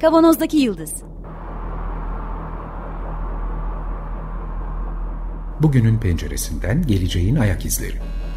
Kavanozdaki Yıldız. Bugünün penceresinden geleceğin ayak izleri.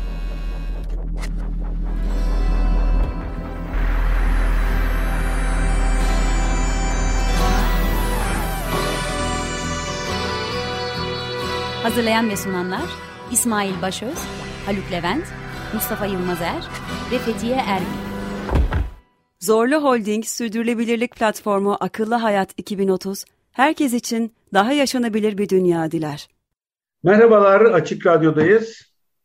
Hazırlayan ve sunanlar İsmail Başöz, Haluk Levent, Mustafa Yılmazer ve Fethiye Erbil. Zorlu Holding Sürdürülebilirlik Platformu Akıllı Hayat 2030, herkes için daha yaşanabilir bir dünya diler. Merhabalar, Açık Radyo'dayız.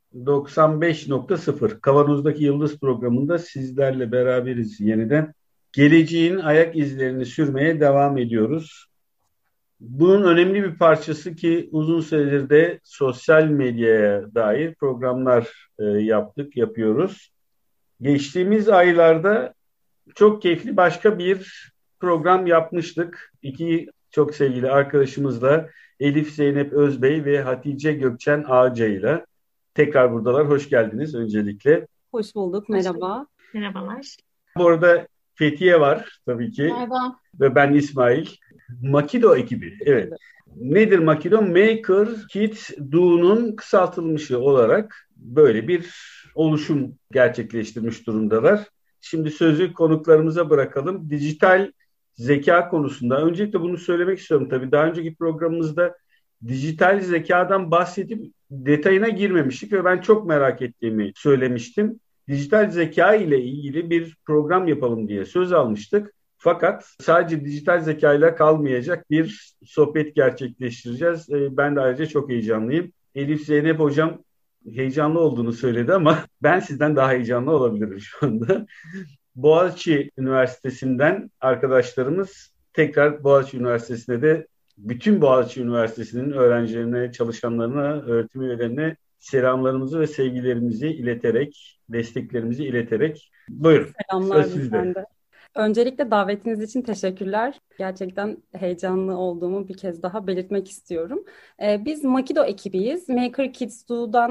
95.0 Kavanoz'daki Yıldız programında sizlerle beraberiz yeniden. Geleceğin ayak izlerini sürmeye devam ediyoruz. Bunun önemli bir parçası ki uzun süredir de sosyal medyaya dair programlar yapıyoruz. Geçtiğimiz aylarda çok keyifli başka bir program yapmıştık. İki çok sevgili arkadaşımızla Elif Zeynep Özbey ve Hatice Gökçen Ağca ile tekrar buradalar. Hoş geldiniz öncelikle. Hoş bulduk, merhaba. Merhabalar. Bu arada Fethiye var tabii ki. Merhaba. Ve ben İsmail. Makido ekibi, evet. Nedir Makido? Maker Kids Do'nun kısaltılmışı olarak böyle bir oluşum gerçekleştirmiş durumdalar. Şimdi sözü konuklarımıza bırakalım. Dijital zeka konusunda öncelikle bunu söylemek istiyorum tabii. Daha önceki programımızda dijital zekadan bahsedip detayına girmemiştik ve ben çok merak ettiğimi söylemiştim. Dijital zeka ile ilgili bir program yapalım diye söz almıştık. Fakat sadece dijital zeka ile kalmayacak bir sohbet gerçekleştireceğiz. Ben de ayrıca çok heyecanlıyım. Elif Zeynep Hocam heyecanlı olduğunu söyledi ama ben sizden daha heyecanlı olabilirim şu anda. Boğaziçi Üniversitesi'nden arkadaşlarımız tekrar Boğaziçi Üniversitesi'ne de bütün Boğaziçi Üniversitesi'nin öğrencilerine, çalışanlarına, öğretim üyelerine selamlarımızı ve sevgilerimizi ileterek, desteklerimizi ileterek buyurun. Selamlar bizden de. Öncelikle davetiniz için teşekkürler. Gerçekten heyecanlı olduğumu bir kez daha belirtmek istiyorum. Biz Makido ekibiyiz. Maker Kids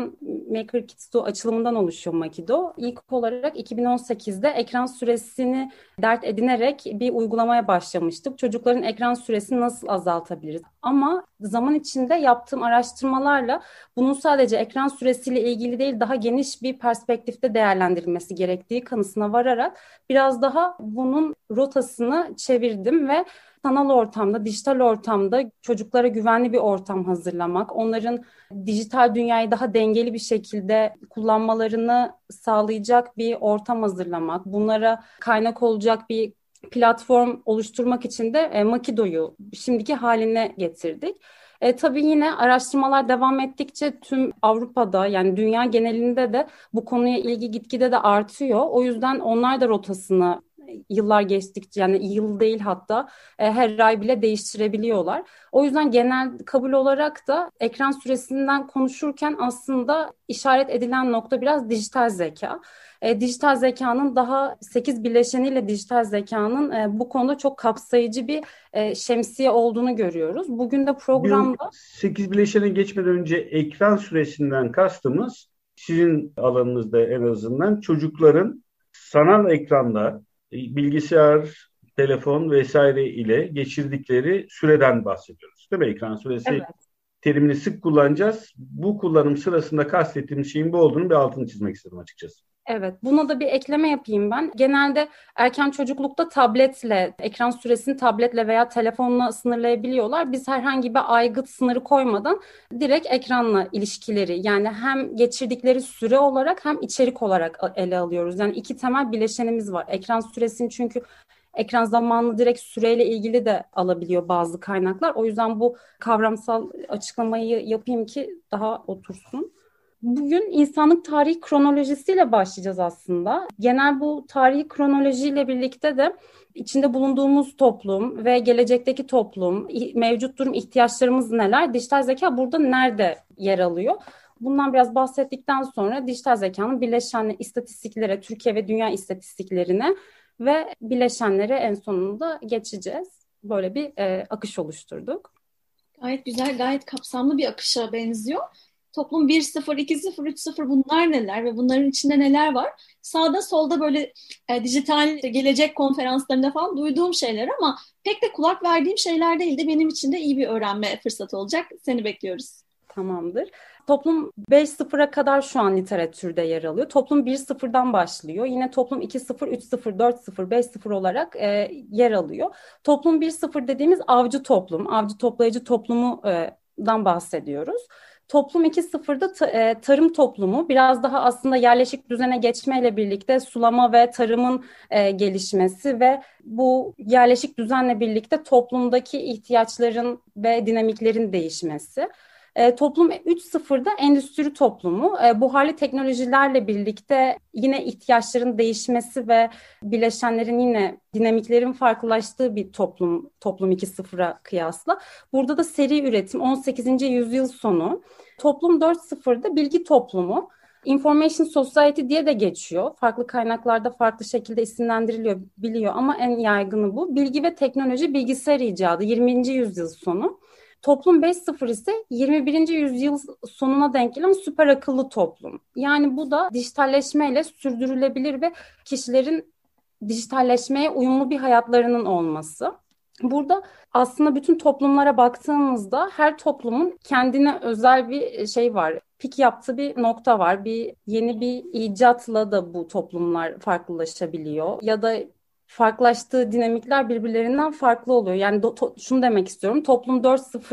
Do açılımından oluşuyor Makido. İlk olarak 2018'de ekran süresini dert edinerek bir uygulamaya başlamıştık. Çocukların ekran süresini nasıl azaltabiliriz? Ama zaman içinde yaptığım araştırmalarla bunun sadece ekran süresiyle ilgili değil, daha geniş bir perspektifte değerlendirilmesi gerektiği kanısına vararak biraz daha bunun rotasını çevirdim ve sanal ortamda, dijital ortamda çocuklara güvenli bir ortam hazırlamak, onların dijital dünyayı daha dengeli bir şekilde kullanmalarını sağlayacak bir ortam hazırlamak, bunlara kaynak olacak bir platform oluşturmak için de Makido'yu şimdiki haline getirdik. Tabii yine araştırmalar devam ettikçe tüm Avrupa'da, yani dünya genelinde de bu konuya ilgi gitgide de artıyor. O yüzden onlar da rotasını yıllar geçtikçe, yani yıl değil hatta her ay bile değiştirebiliyorlar. O yüzden genel kabul olarak da ekran süresinden konuşurken aslında işaret edilen nokta biraz dijital zeka. Dijital zekanın daha 8 bileşeniyle dijital zekanın bu konuda çok kapsayıcı bir şemsiye olduğunu görüyoruz. Bugün de programda... 8 bileşene geçmeden önce ekran süresinden kastımız sizin alanınızda en azından çocukların sanal ekranda bilgisayar, telefon vesaire ile geçirdikleri süreden bahsediyoruz. Değil mi? Ekran süresi evet. Terimini sık kullanacağız. Bu kullanım sırasında kastettiğimiz şeyin bu olduğunu bir altını çizmek istedim açıkçası. Evet, buna da bir ekleme yapayım ben. Genelde erken çocuklukta tabletle, ekran süresini tabletle veya telefonla sınırlayabiliyorlar. Biz herhangi bir aygıt sınırı koymadan direkt ekranla ilişkileri, yani hem geçirdikleri süre olarak hem içerik olarak ele alıyoruz. Yani iki temel bileşenimiz var. Ekran süresini, çünkü ekran zamanını direkt süreyle ilgili de alabiliyor bazı kaynaklar. O yüzden bu kavramsal açıklamayı yapayım ki daha otursun. Bugün insanlık tarihi kronolojisiyle başlayacağız aslında. Genel bu tarihi kronolojiyle birlikte de içinde bulunduğumuz toplum ve gelecekteki toplum, mevcut durum, ihtiyaçlarımız neler, dijital zeka burada nerede yer alıyor? Bundan biraz bahsettikten sonra dijital zekanın bileşenleri, istatistiklere, Türkiye ve dünya istatistiklerine ve bileşenlere en sonunda geçeceğiz. Böyle bir akış oluşturduk. Gayet güzel, gayet kapsamlı bir akışa benziyor. Toplum 1.0, 2.0, 3.0 bunlar neler ve bunların içinde neler var? Sağda solda böyle dijital gelecek konferanslarında falan duyduğum şeyler ama pek de kulak verdiğim şeyler değildi. Benim için de iyi bir öğrenme fırsatı olacak. Seni bekliyoruz. Tamamdır. Toplum 5.0'a kadar şu an literatürde yer alıyor. Toplum 1.0'dan başlıyor. Yine toplum 2.0, 3.0, 4.0, 5.0 olarak yer alıyor. Toplum 1.0 dediğimiz avcı toplum, avcı toplayıcı toplumundan bahsediyoruz. Toplum 2.0'da tarım toplumu biraz daha aslında yerleşik düzene geçmeyle birlikte sulama ve tarımın gelişmesi ve bu yerleşik düzenle birlikte toplumdaki ihtiyaçların ve dinamiklerin değişmesi. Toplum 3.0'da endüstri toplumu. Buharlı teknolojilerle birlikte yine ihtiyaçların değişmesi ve bileşenlerin yine dinamiklerin farklılaştığı bir toplum 2.0'a kıyasla. Burada da seri üretim 18. yüzyıl sonu. Toplum 4.0'da bilgi toplumu. Information Society diye de geçiyor. Farklı kaynaklarda farklı şekilde isimlendiriliyor, biliyor ama en yaygını bu. Bilgi ve teknoloji bilgisayar icadı 20. yüzyıl sonu. Toplum 5.0 ise 21. yüzyıl sonuna denk gelen süper akıllı toplum. Yani bu da dijitalleşmeyle sürdürülebilir ve kişilerin dijitalleşmeye uyumlu bir hayatlarının olması. Burada aslında bütün toplumlara baktığımızda her toplumun kendine özel bir şey var. Pik yaptığı bir nokta var. Yeni bir icatla da bu toplumlar farklılaşabiliyor. Ya da farklılaştığı dinamikler birbirlerinden farklı oluyor. Yani şunu demek istiyorum. Toplum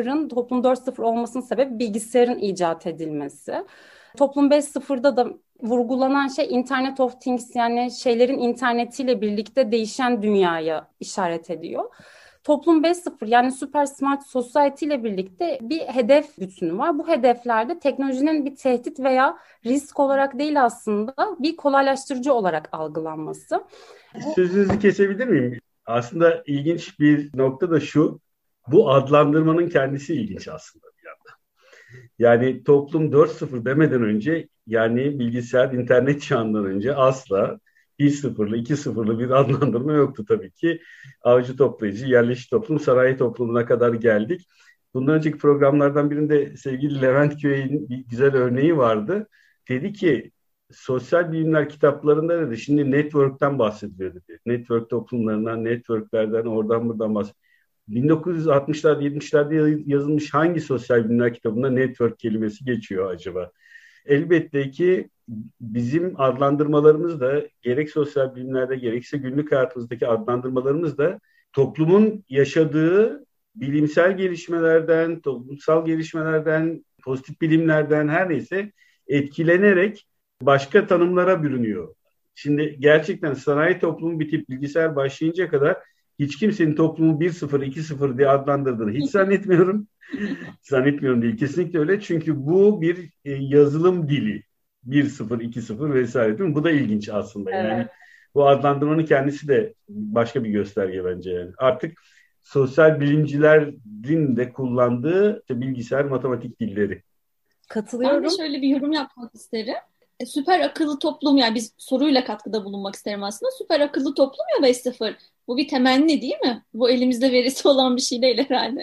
4.0 olmasının sebebi bilgisayarın icat edilmesi. Toplum 5.0'da da vurgulanan şey Internet of Things, yani şeylerin internetiyle birlikte değişen dünyaya işaret ediyor. Toplum 5.0 yani Super Smart Society ile birlikte bir hedef bütünü var. Bu hedeflerde teknolojinin bir tehdit veya risk olarak değil, aslında bir kolaylaştırıcı olarak algılanması. Sözünüzü kesebilir miyim? Aslında ilginç bir nokta da şu, bu adlandırmanın kendisi ilginç aslında bir yandan. Yani toplum 4.0 demeden önce, yani bilgisayar, internet çağından önce asla 1.0'lı, 2.0'lı bir adlandırma yoktu tabii ki. Avcı toplayıcı, yerleşik toplum, sanayi toplumuna kadar geldik. Bundan önceki programlardan birinde sevgili Levent Köy'ün bir güzel örneği vardı. Dedi ki, sosyal bilimler kitaplarında dedi, şimdi network'ten bahsediliyor dedi. Network toplumlarından, network'lerden, oradan buradan bahsediyor. 1960'larda, 70'lerde yazılmış hangi sosyal bilimler kitabında network kelimesi geçiyor acaba? Elbette ki bizim adlandırmalarımız da gerek sosyal bilimlerde gerekse günlük hayatımızdaki adlandırmalarımız da toplumun yaşadığı bilimsel gelişmelerden, toplumsal gelişmelerden, pozitif bilimlerden her neyse etkilenerek başka tanımlara bürünüyor. Şimdi gerçekten sanayi toplumu bitip bilgisayar başlayıncaya kadar hiç kimsenin toplumu 1.0, 2.0 diye adlandırdığını hiç zannetmiyorum. Zannetmiyorum değil. Kesinlikle öyle. Çünkü bu bir yazılım dili. 1.0, 2.0 vesaire değil mi? Bu da ilginç aslında. Evet. Yani bu adlandırmanın kendisi de başka bir gösterge bence yani. Artık sosyal bilimcilerin de kullandığı bilgisayar, matematik dilleri. Katılıyorum. Ben de şöyle bir yorum yapmak isterim. Süper akıllı toplum, yani biz soruyla katkıda bulunmak isterim aslında. Süper akıllı toplum ya 5.0. Bu bir temenni değil mi? Bu elimizde verisi olan bir şey değil herhalde.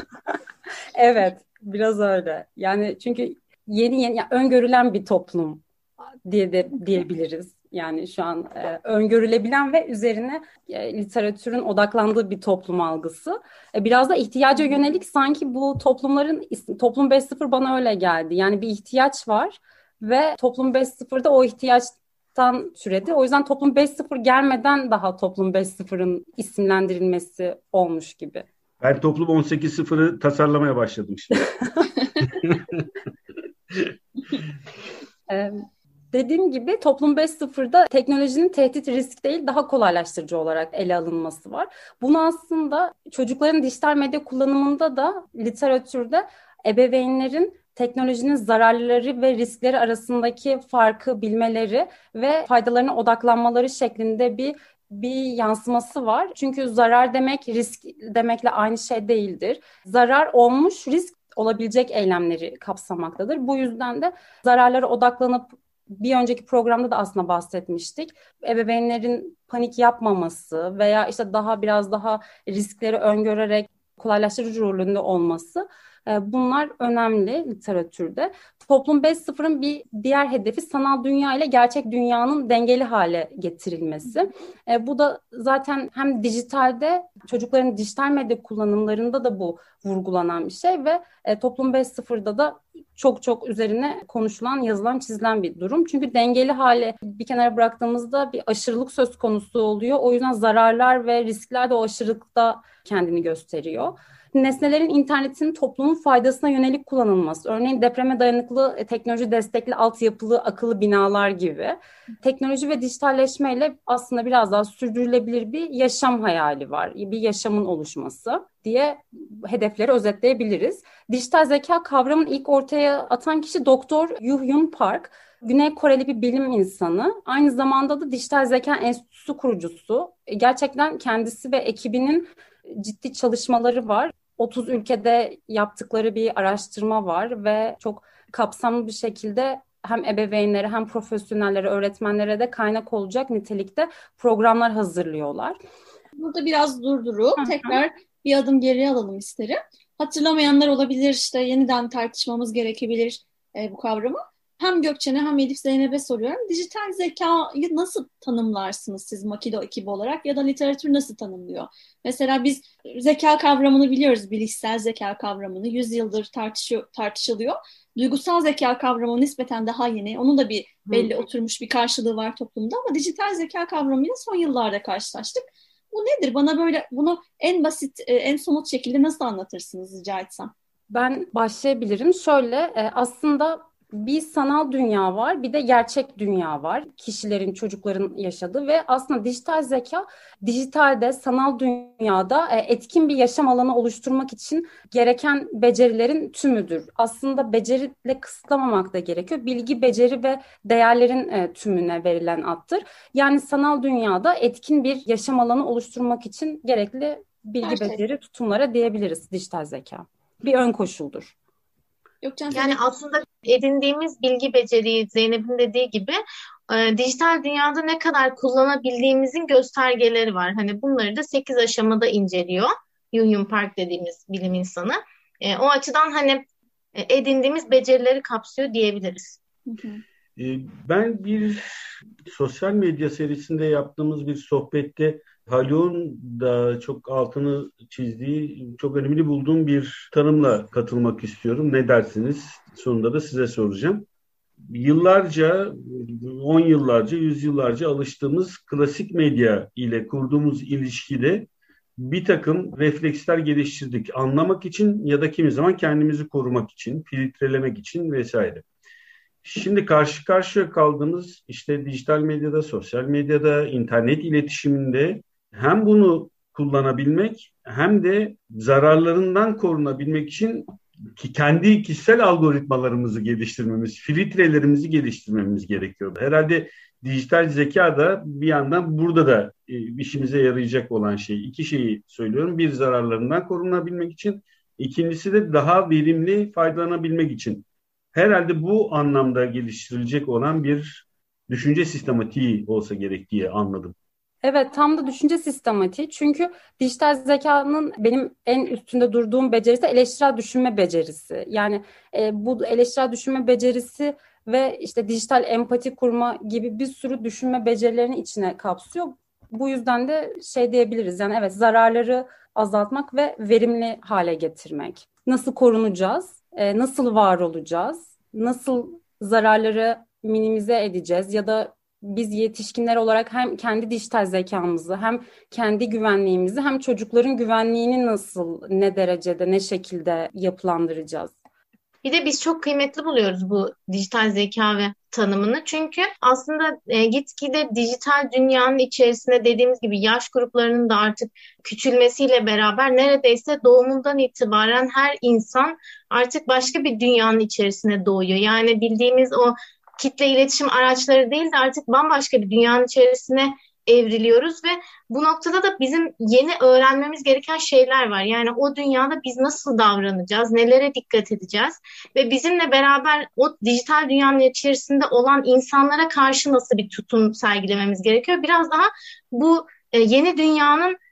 Evet, biraz öyle. Yani çünkü yeni yani öngörülen bir toplum diyebiliriz. Yani şu an öngörülebilen ve üzerine literatürün odaklandığı bir toplum algısı. Biraz da ihtiyaca yönelik, sanki bu toplum 5.0 bana öyle geldi. Yani bir ihtiyaç var ve toplum 5.0'da o ihtiyaçtan türedi. O yüzden toplum 5.0 gelmeden daha toplum 5.0'ın isimlendirilmesi olmuş gibi. Ben toplum 18.0'ı tasarlamaya başladım şimdi. Dediğim gibi toplum 5.0'da teknolojinin tehdit, risk değil, daha kolaylaştırıcı olarak ele alınması var. Bunu aslında çocukların dijital medya kullanımında da literatürde ebeveynlerin teknolojinin zararları ve riskleri arasındaki farkı bilmeleri ve faydalarına odaklanmaları şeklinde bir yansıması var. Çünkü zarar demek risk demekle aynı şey değildir. Zarar olmuş, risk olabilecek eylemleri kapsamaktadır. Bu yüzden de zararlara odaklanıp, bir önceki programda da aslında bahsetmiştik, ebeveynlerin panik yapmaması veya işte biraz daha riskleri öngörerek kolaylaştırıcı rolünde olması Bunlar önemli literatürde. Toplum 5.0'ın bir diğer hedefi sanal dünya ile gerçek dünyanın dengeli hale getirilmesi. Bu da zaten hem dijitalde, çocukların dijital medya kullanımlarında da bu vurgulanan bir şey ve Toplum 5.0'da da çok üzerine konuşulan, yazılan, çizilen bir durum. Çünkü dengeli hale bir kenara bıraktığımızda bir aşırılık söz konusu oluyor. O yüzden zararlar ve riskler de o aşırılıkta kendini gösteriyor. Nesnelerin internetin toplumun faydasına yönelik kullanılması. Örneğin depreme dayanıklı, teknoloji destekli altyapılı akıllı binalar gibi. Teknoloji ve dijitalleşmeyle aslında biraz daha sürdürülebilir bir yaşam hayali var. Bir yaşamın oluşması diye hedefleri özetleyebiliriz. Dijital zeka kavramını ilk ortaya atan kişi Doktor Yoo-Hyun Park. Güney Koreli bir bilim insanı. Aynı zamanda da Dijital Zeka Enstitüsü kurucusu. Gerçekten kendisi ve ekibinin ciddi çalışmaları var. 30 ülkede yaptıkları bir araştırma var ve çok kapsamlı bir şekilde hem ebeveynlere hem profesyonellere, öğretmenlere de kaynak olacak nitelikte programlar hazırlıyorlar. Burada biraz durdurup tekrar bir adım geriye alalım isterim. Hatırlamayanlar olabilir, işte yeniden tartışmamız gerekebilir bu kavramı. Hem Gökçen'e hem Elif Zeynep'e soruyorum. Dijital zekayı nasıl tanımlarsınız siz Makido ekibi olarak ya da literatür nasıl tanımlıyor? Mesela biz zeka kavramını biliyoruz, bilişsel zeka kavramını 100 yıldır tartışılıyor. Duygusal zeka kavramı nispeten daha yeni. Onun da bir belli oturmuş bir karşılığı var toplumda ama dijital zeka kavramıyla son yıllarda karşılaştık. Bu nedir? Bana böyle bunu en basit, en somut şekilde nasıl anlatırsınız rica etsem? Ben başlayabilirim. Şöyle aslında bir sanal dünya var, bir de gerçek dünya var. Kişilerin, çocukların yaşadığı ve aslında dijital zeka, dijitalde, sanal dünyada etkin bir yaşam alanı oluşturmak için gereken becerilerin tümüdür. Aslında beceriyle kısıtlamamak da gerekiyor. Bilgi, beceri ve değerlerin tümüne verilen addır. Yani sanal dünyada etkin bir yaşam alanı oluşturmak için gerekli bilgi, beceri, tutumlara diyebiliriz dijital zeka. Bir ön koşuldur. Yani aslında edindiğimiz bilgi beceriyi Zeynep'in dediği gibi dijital dünyada ne kadar kullanabildiğimizin göstergeleri var. Hani bunları da 8 aşamada inceliyor Yoo-Hyun Park dediğimiz bilim insanı. O açıdan hani edindiğimiz becerileri kapsıyor diyebiliriz. Ben bir sosyal medya serisinde yaptığımız bir sohbette Haluk'un da çok altını çizdiği, çok önemli bulduğum bir tanımla katılmak istiyorum. Ne dersiniz? Sonunda da size soracağım. Yıllarca, 10 yıllarca, 100 yıllarca alıştığımız klasik medya ile kurduğumuz ilişkide bir takım refleksler geliştirdik. Anlamak için ya da kimi zaman kendimizi korumak için, filtrelemek için vesaire. Şimdi karşı karşıya kaldığımız işte dijital medyada, sosyal medyada, internet iletişiminde hem bunu kullanabilmek hem de zararlarından korunabilmek için kendi kişisel algoritmalarımızı geliştirmemiz, filtrelerimizi geliştirmemiz gerekiyor. Herhalde dijital zeka da bir yandan burada da işimize yarayacak olan şey. İki şeyi söylüyorum. Bir, zararlarından korunabilmek için. İkincisi de daha verimli faydalanabilmek için. Herhalde bu anlamda geliştirilecek olan bir düşünce sistematiği olsa gerek diye anladım. Evet, tam da düşünce sistematiği. Çünkü dijital zekanın benim en üstünde durduğum becerisi eleştirel düşünme becerisi. Yani bu eleştirel düşünme becerisi ve işte dijital empati kurma gibi bir sürü düşünme becerilerini içine kapsıyor. Bu yüzden de şey diyebiliriz. Yani evet, zararları azaltmak ve verimli hale getirmek. Nasıl korunacağız? Nasıl var olacağız? Nasıl zararları minimize edeceğiz? Ya da biz yetişkinler olarak hem kendi dijital zekamızı hem kendi güvenliğimizi hem çocukların güvenliğini nasıl, ne derecede, ne şekilde yapılandıracağız? Bir de biz çok kıymetli buluyoruz bu dijital zeka ve tanımını. Çünkü aslında gitgide dijital dünyanın içerisinde dediğimiz gibi yaş gruplarının da artık küçülmesiyle beraber neredeyse doğumundan itibaren her insan artık başka bir dünyanın içerisine doğuyor. Yani bildiğimiz o kitle iletişim araçları değil de artık bambaşka bir dünyanın içerisine evriliyoruz ve bu noktada da bizim yeni öğrenmemiz gereken şeyler var. Yani o dünyada biz nasıl davranacağız, nelere dikkat edeceğiz ve bizimle beraber o dijital dünyanın içerisinde olan insanlara karşı nasıl bir tutum sergilememiz gerekiyor. Biraz daha bu yeni dünyanın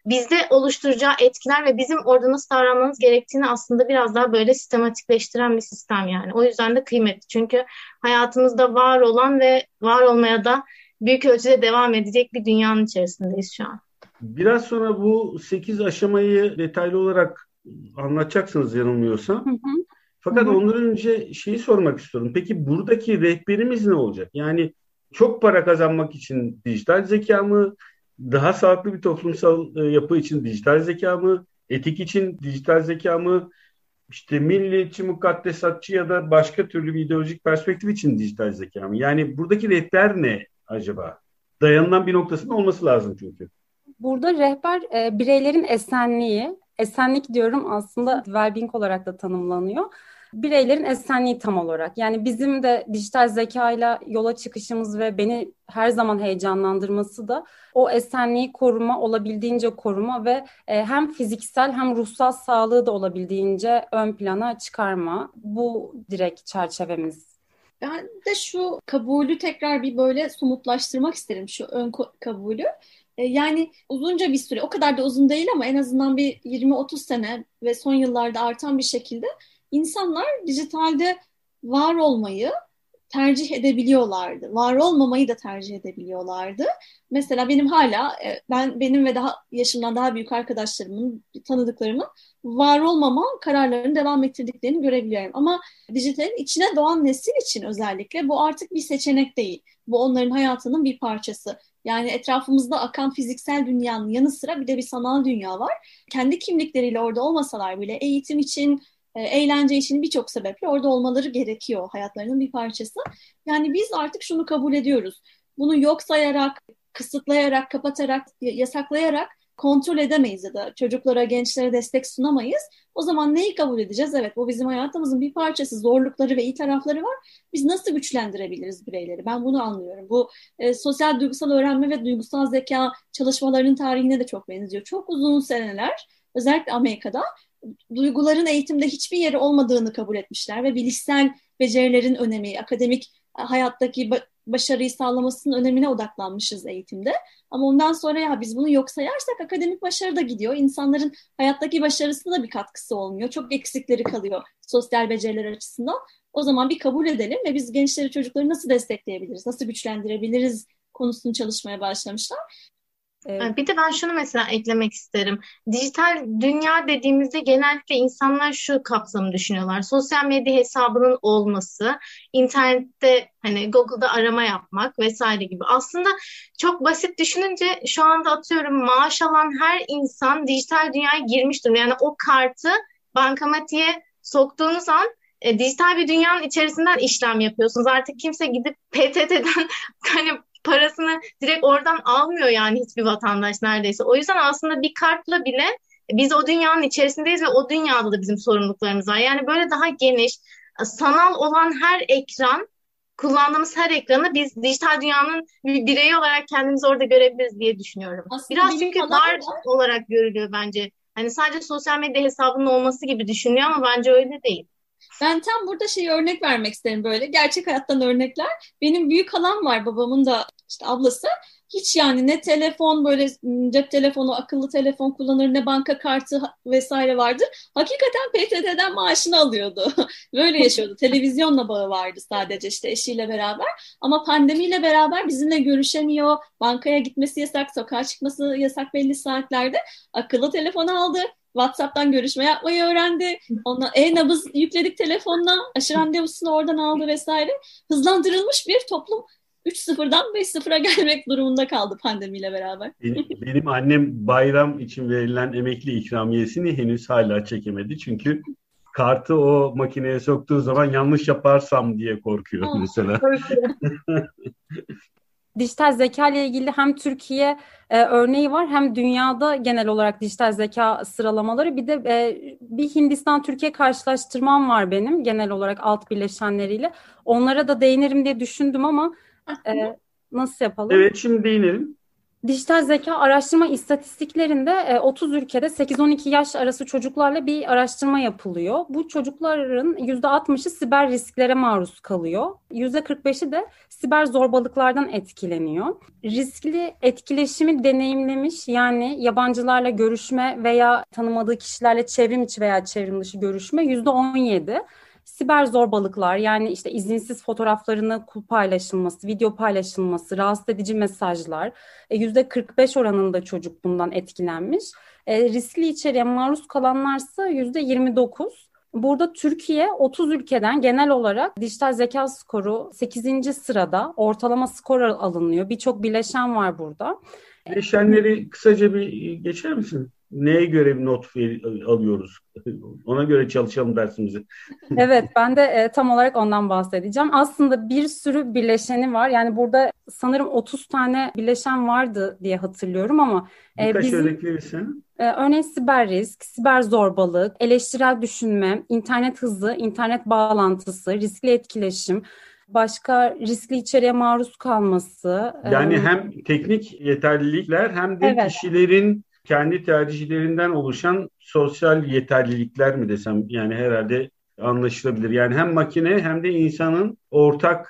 bizde oluşturacağı etkiler ve bizim orada nasıl davranmamız gerektiğini aslında biraz daha böyle sistematikleştiren bir sistem yani. O yüzden de kıymetli. Çünkü hayatımızda var olan ve var olmaya da büyük ölçüde devam edecek bir dünyanın içerisindeyiz şu an. Biraz sonra bu 8 aşamayı detaylı olarak anlatacaksınız yanılmıyorsam. Hı hı. Fakat Hı hı. ondan önce şeyi sormak istiyorum. Peki buradaki rehberimiz ne olacak? Yani çok para kazanmak için dijital zeka mı? Daha sağlıklı bir toplumsal yapı için dijital zeka mı? Etik için dijital zeka mı? İşte milliyetçi, mukaddesatçı ya da başka türlü bir ideolojik perspektif için dijital zeka mı? Yani buradaki rehber ne acaba? Dayanılan bir noktasında olması lazım çünkü. Burada rehber bireylerin esenliği, esenlik diyorum aslında well-being olarak da tanımlanıyor. Bireylerin esenliği tam olarak. Yani bizim de dijital zekayla yola çıkışımız ve beni her zaman heyecanlandırması da o esenliği koruma, olabildiğince koruma ve hem fiziksel hem ruhsal sağlığı da olabildiğince ön plana çıkarma. Bu direkt çerçevemiz. Ben de şu kabulü tekrar bir böyle somutlaştırmak isterim, şu ön kabulü. Yani uzunca bir süre, o kadar da uzun değil ama en azından bir 20-30 sene ve son yıllarda artan bir şekilde insanlar dijitalde var olmayı tercih edebiliyorlardı. Var olmamayı da tercih edebiliyorlardı. Mesela benim hala benim ve daha yaşımdan daha büyük arkadaşlarımın, tanıdıklarımın var olmama kararlarını devam ettirdiklerini görebiliyorum. Ama dijitalin içine doğan nesil için özellikle bu artık bir seçenek değil. Bu onların hayatının bir parçası. Yani etrafımızda akan fiziksel dünyanın yanı sıra bir de bir sanal dünya var. Kendi kimlikleriyle orada olmasalar bile eğitim için, eğlence için birçok sebeple orada olmaları gerekiyor. Hayatlarının bir parçası. Yani biz artık şunu kabul ediyoruz. Bunu yok sayarak, kısıtlayarak, kapatarak, yasaklayarak kontrol edemeyiz ya da çocuklara, gençlere destek sunamayız. O zaman neyi kabul edeceğiz? Evet, bu bizim hayatımızın bir parçası, zorlukları ve iyi tarafları var. Biz nasıl güçlendirebiliriz bireyleri? Ben bunu anlıyorum. Bu sosyal duygusal öğrenme ve duygusal zeka çalışmalarının tarihine de çok benziyor. Çok uzun seneler, özellikle Amerika'da duyguların eğitimde hiçbir yeri olmadığını kabul etmişler ve bilişsel becerilerin önemi, akademik hayattaki başarıyı sağlamasının önemine odaklanmışız eğitimde. Ama ondan sonra ya biz bunu yok sayarsak akademik başarı da gidiyor. İnsanların hayattaki başarısına da bir katkısı olmuyor. Çok eksikleri kalıyor sosyal beceriler açısından. O zaman bir kabul edelim ve biz gençleri, çocukları nasıl destekleyebiliriz, nasıl güçlendirebiliriz konusunu çalışmaya başlamışlar. Bir de ben şunu mesela eklemek isterim. Dijital dünya dediğimizde genellikle insanlar şu kapsamı düşünüyorlar. Sosyal medya hesabının olması, internette hani Google'da arama yapmak vesaire gibi. Aslında çok basit düşününce şu anda atıyorum maaş alan her insan dijital dünyaya girmiş durumda. Yani o kartı bankamatiğe soktuğunuz an dijital bir dünyanın içerisinden işlem yapıyorsunuz. Artık kimse gidip PTT'den hani parasını direkt oradan almıyor yani hiçbir vatandaş neredeyse. O yüzden aslında bir kartla bile biz o dünyanın içerisindeyiz ve o dünyada da bizim sorumluluklarımız var. Yani böyle daha geniş, sanal olan her ekran, kullandığımız her ekranı biz dijital dünyanın bir bireyi olarak kendimizi orada görebiliriz diye düşünüyorum. Aslında biraz çünkü var olarak görülüyor bence. Hani sadece sosyal medya hesabının olması gibi düşünülüyor ama bence öyle değil. Ben tam burada örnek vermek isterim böyle. Gerçek hayattan örnekler. Benim büyük halam var, babamın da işte ablası. Hiç yani ne telefon, böyle cep telefonu, akıllı telefon kullanır, ne banka kartı vesaire vardır. Hakikaten PTT'den maaşını alıyordu. Böyle yaşıyordu. Televizyonla bağı vardı sadece işte eşiyle beraber. Ama pandemiyle beraber bizimle görüşemiyor. Bankaya gitmesi yasak, sokağa çıkması yasak belli saatlerde. Akıllı telefon aldı. WhatsApp'tan görüşme yapmayı öğrendi. Ona e-nabız yükledik telefonuna. Aşı randevusunu oradan aldı vesaire. Hızlandırılmış bir toplum 3-0'dan 5-0'a gelmek durumunda kaldı pandemiyle beraber. Benim annem bayram için verilen emekli ikramiyesini henüz hala çekemedi. Çünkü kartı o makineye soktuğu zaman yanlış yaparsam diye korkuyor mesela. Dijital zeka ile ilgili hem Türkiye örneği var hem dünyada genel olarak dijital zeka sıralamaları. Bir de bir Hindistan-Türkiye karşılaştırmam var benim genel olarak alt bileşenleriyle. Onlara da değinirim diye düşündüm ama nasıl yapalım? Evet, şimdi değinelim. Dijital zeka araştırma istatistiklerinde 30 ülkede 8-12 yaş arası çocuklarla bir araştırma yapılıyor. Bu çocukların %60'ı siber risklere maruz kalıyor. %45'i de siber zorbalıklardan etkileniyor. Riskli etkileşimi deneyimlemiş, yani yabancılarla görüşme veya tanımadığı kişilerle çevrim içi veya çevrim dışı görüşme %17. Siber zorbalıklar, yani işte izinsiz fotoğraflarını paylaşılması, video paylaşılması, rahatsız edici mesajlar, %45 oranında çocuk bundan etkilenmiş. Riskli içeriğe maruz kalanlarsa %29. Burada Türkiye 30 ülkeden genel olarak dijital zeka skoru 8. sırada, ortalama skor alınıyor. Birçok bileşen var burada. Bileşenleri kısaca bir geçer misin? Neye göre bir not alıyoruz? Ona göre çalışalım dersimizi. Evet, ben de tam olarak ondan bahsedeceğim. Aslında bir sürü bileşeni var. Yani burada sanırım 30 tane bileşen vardı diye hatırlıyorum ama birkaç örnek verirsen. Örneğin siber risk, siber zorbalık, eleştirel düşünme, internet hızı, internet bağlantısı, riskli etkileşim, başka riskli içeriğe maruz kalması. Yani hem teknik yeterlilikler hem de Evet. kişilerin kendi tercihlerinden oluşan sosyal yeterlilikler mi desem, yani herhalde anlaşılabilir. Yani hem makine hem de insanın ortak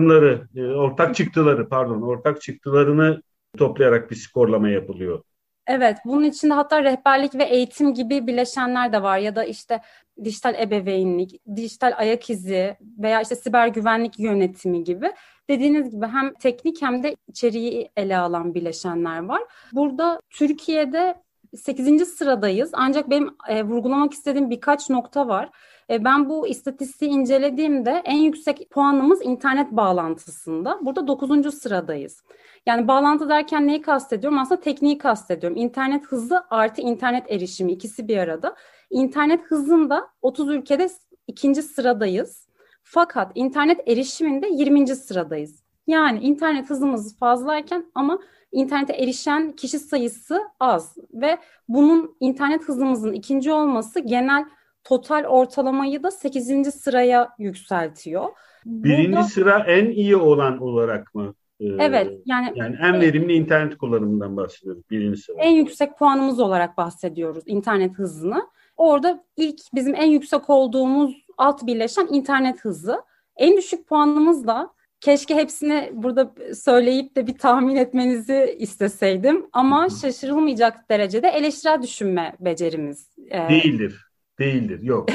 çıktılarını toplayarak bir skorlama yapılıyor. Evet, bunun içinde hatta rehberlik ve eğitim gibi bileşenler de var ya da işte dijital ebeveynlik, dijital ayak izi veya işte siber güvenlik yönetimi gibi. Dediğiniz gibi hem teknik hem de içeriği ele alan bileşenler var. Burada Türkiye'de 8. sıradayız. Ancak benim vurgulamak istediğim birkaç nokta var. Ben bu istatistiği incelediğimde en yüksek puanımız internet bağlantısında. Burada 9. sıradayız. Yani bağlantı derken neyi kastediyorum? Aslında tekniği kastediyorum. İnternet hızı artı internet erişimi, ikisi bir arada. İnternet hızında 30 ülkede 2. sıradayız. Fakat internet erişiminde 20. sıradayız. Yani internet hızımız fazlayken ama internete erişen kişi sayısı az ve bunun internet hızımızın 2. olması genel total ortalamayı da 8. sıraya yükseltiyor. Birinci sıra en iyi olan olarak mı? Evet. Yani en verimli internet kullanımından bahsediyoruz. Birinci sıra. En yüksek puanımız olarak bahsediyoruz internet hızını. Orada ilk bizim en yüksek olduğumuz alt birleşen internet hızı. En düşük puanımızla keşke hepsini burada söyleyip de bir tahmin etmenizi isteseydim. Ama şaşırılmayacak derecede eleştirel düşünme becerimiz. Değildir. Yok.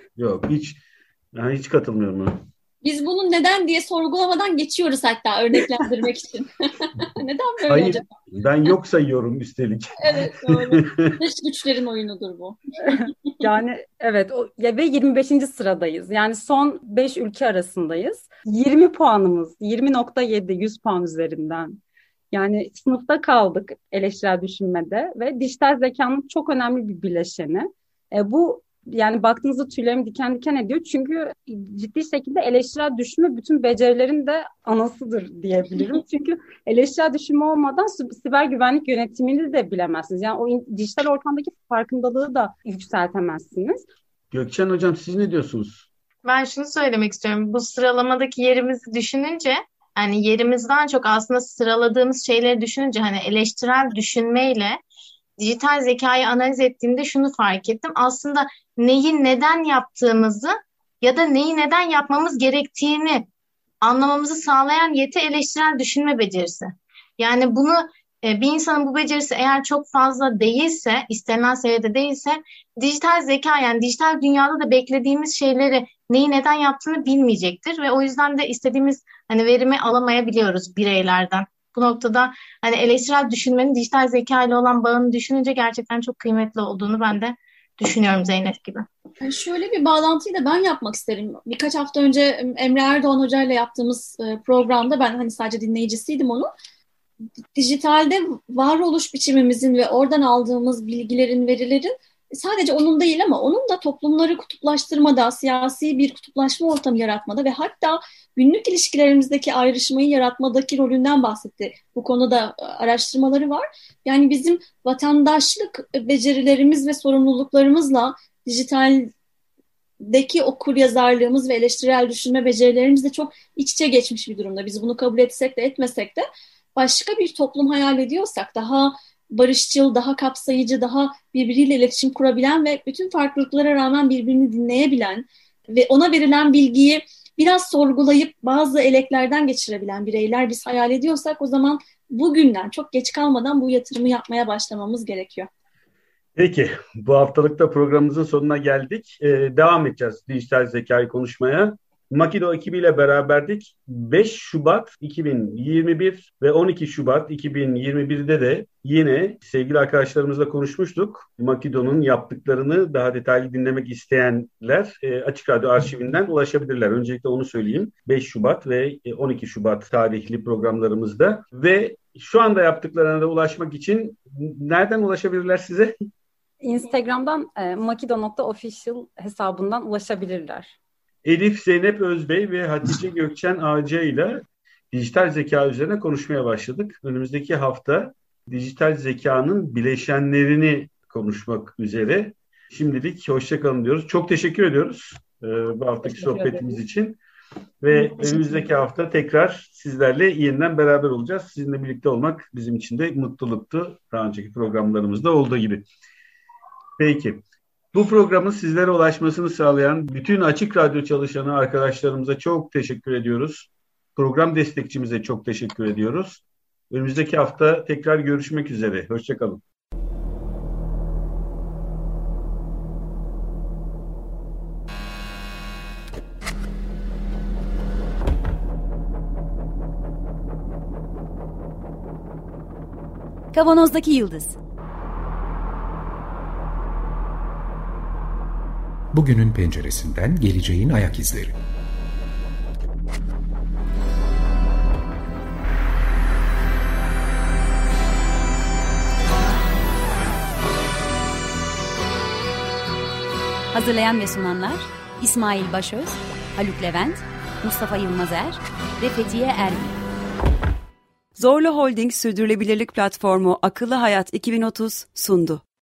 Hiç katılmıyorum ona. Biz bunu neden diye sorgulamadan geçiyoruz hatta örneklendirmek için. Neden böyle Hayır, acaba? Ben yok sayıyorum üstelik. Evet, doğru. Dış güçlerin oyunudur bu. Yani evet ve 25. sıradayız. Yani son 5 ülke arasındayız. 20 puanımız, 20.7, 100 puan üzerinden. Yani sınıfta kaldık eleştirel düşünmede ve dijital zekanın çok önemli bir bileşeni. Bu yani baktığınızda tüylerim diken diken ediyor. Çünkü ciddi şekilde eleştirel düşünme bütün becerilerin de anasıdır diyebilirim. Çünkü eleştirel düşünme olmadan siber güvenlik yönetimini de bilemezsiniz. Yani o dijital ortamdaki farkındalığı da yükseltemezsiniz. Gökçen Hocam, siz ne diyorsunuz? Ben şunu söylemek istiyorum. Bu sıralamadaki yerimizi düşününce, hani yerimizden çok aslında sıraladığımız şeyleri düşününce, hani eleştirel düşünmeyle dijital zekayı analiz ettiğimde şunu fark ettim. Aslında neyi neden yaptığımızı ya da neyi neden yapmamız gerektiğini anlamamızı sağlayan yeti eleştirel düşünme becerisi. Yani bunu bir insanın bu becerisi eğer çok fazla değilse, istenilen seviyede değilse, dijital zeka, yani dijital dünyada da beklediğimiz şeyleri neyi neden yaptığını bilmeyecektir ve o yüzden de istediğimiz hani verimi alamayabiliyoruz bireylerden. Bu noktada hani eleştirel düşünmenin dijital zeka ile olan bağını düşününce gerçekten çok kıymetli olduğunu ben de düşünüyorum Zeynep gibi. Yani şöyle bir bağlantıyı da ben yapmak isterim. Birkaç hafta önce Emre Erdoğan Hoca ile yaptığımız programda ben hani sadece dinleyicisiydim onu. Dijitalde varoluş biçimimizin ve oradan aldığımız bilgilerin, verilerin sadece onun değil ama onun da toplumları kutuplaştırmada, siyasi bir kutuplaşma ortamı yaratmada ve hatta günlük ilişkilerimizdeki ayrışmayı yaratmadaki rolünden bahsetti. Bu konuda araştırmaları var. Yani bizim vatandaşlık becerilerimiz ve sorumluluklarımızla dijitaldeki okuryazarlığımız ve eleştirel düşünme becerilerimiz de çok iç içe geçmiş bir durumda. Biz bunu kabul etsek de etmesek de başka bir toplum hayal ediyorsak, daha barışçıl, daha kapsayıcı, daha birbiriyle iletişim kurabilen ve bütün farklılıklara rağmen birbirini dinleyebilen ve ona verilen bilgiyi biraz sorgulayıp bazı eleklerden geçirebilen bireyler biz hayal ediyorsak, o zaman bugünden çok geç kalmadan bu yatırımı yapmaya başlamamız gerekiyor. Peki, bu haftalıkta programımızın sonuna geldik. Devam edeceğiz dijital zekayı konuşmaya. Makido ekibiyle beraberdik. 5 Şubat 2021 ve 12 Şubat 2021'de de yine sevgili arkadaşlarımızla konuşmuştuk. Makido'nun yaptıklarını daha detaylı dinlemek isteyenler Açık Radyo arşivinden ulaşabilirler. Öncelikle onu söyleyeyim. 5 Şubat ve 12 Şubat tarihli programlarımızda ve şu anda yaptıklarına da ulaşmak için nereden ulaşabilirler size? Instagram'dan makido.official hesabından ulaşabilirler. Elif Zeynep Özbey ve Hatice Gökçen Ağca ile dijital zeka üzerine konuşmaya başladık. Önümüzdeki hafta dijital zekanın bileşenlerini konuşmak üzere. Şimdilik hoşça kalın diyoruz. Çok teşekkür ediyoruz bu haftaki sohbetimiz için. Ve önümüzdeki hafta tekrar sizlerle yeniden beraber olacağız. Sizinle birlikte olmak bizim için de mutluluktu. Daha önceki programlarımızda olduğu gibi. Peki. Bu programın sizlere ulaşmasını sağlayan bütün Açık Radyo çalışanı arkadaşlarımıza çok teşekkür ediyoruz. Program destekçimize çok teşekkür ediyoruz. Önümüzdeki hafta tekrar görüşmek üzere. Hoşça kalın. Kavanozdaki Yıldız. Bugünün penceresinden geleceğin ayak izleri. Hazırlayan ve sunanlar İsmail Başöz, Haluk Levent, Mustafa Yılmazer ve Fethiye Erbil. Zorlu Holding Sürdürülebilirlik Platformu Akıllı Hayat 2030 sundu.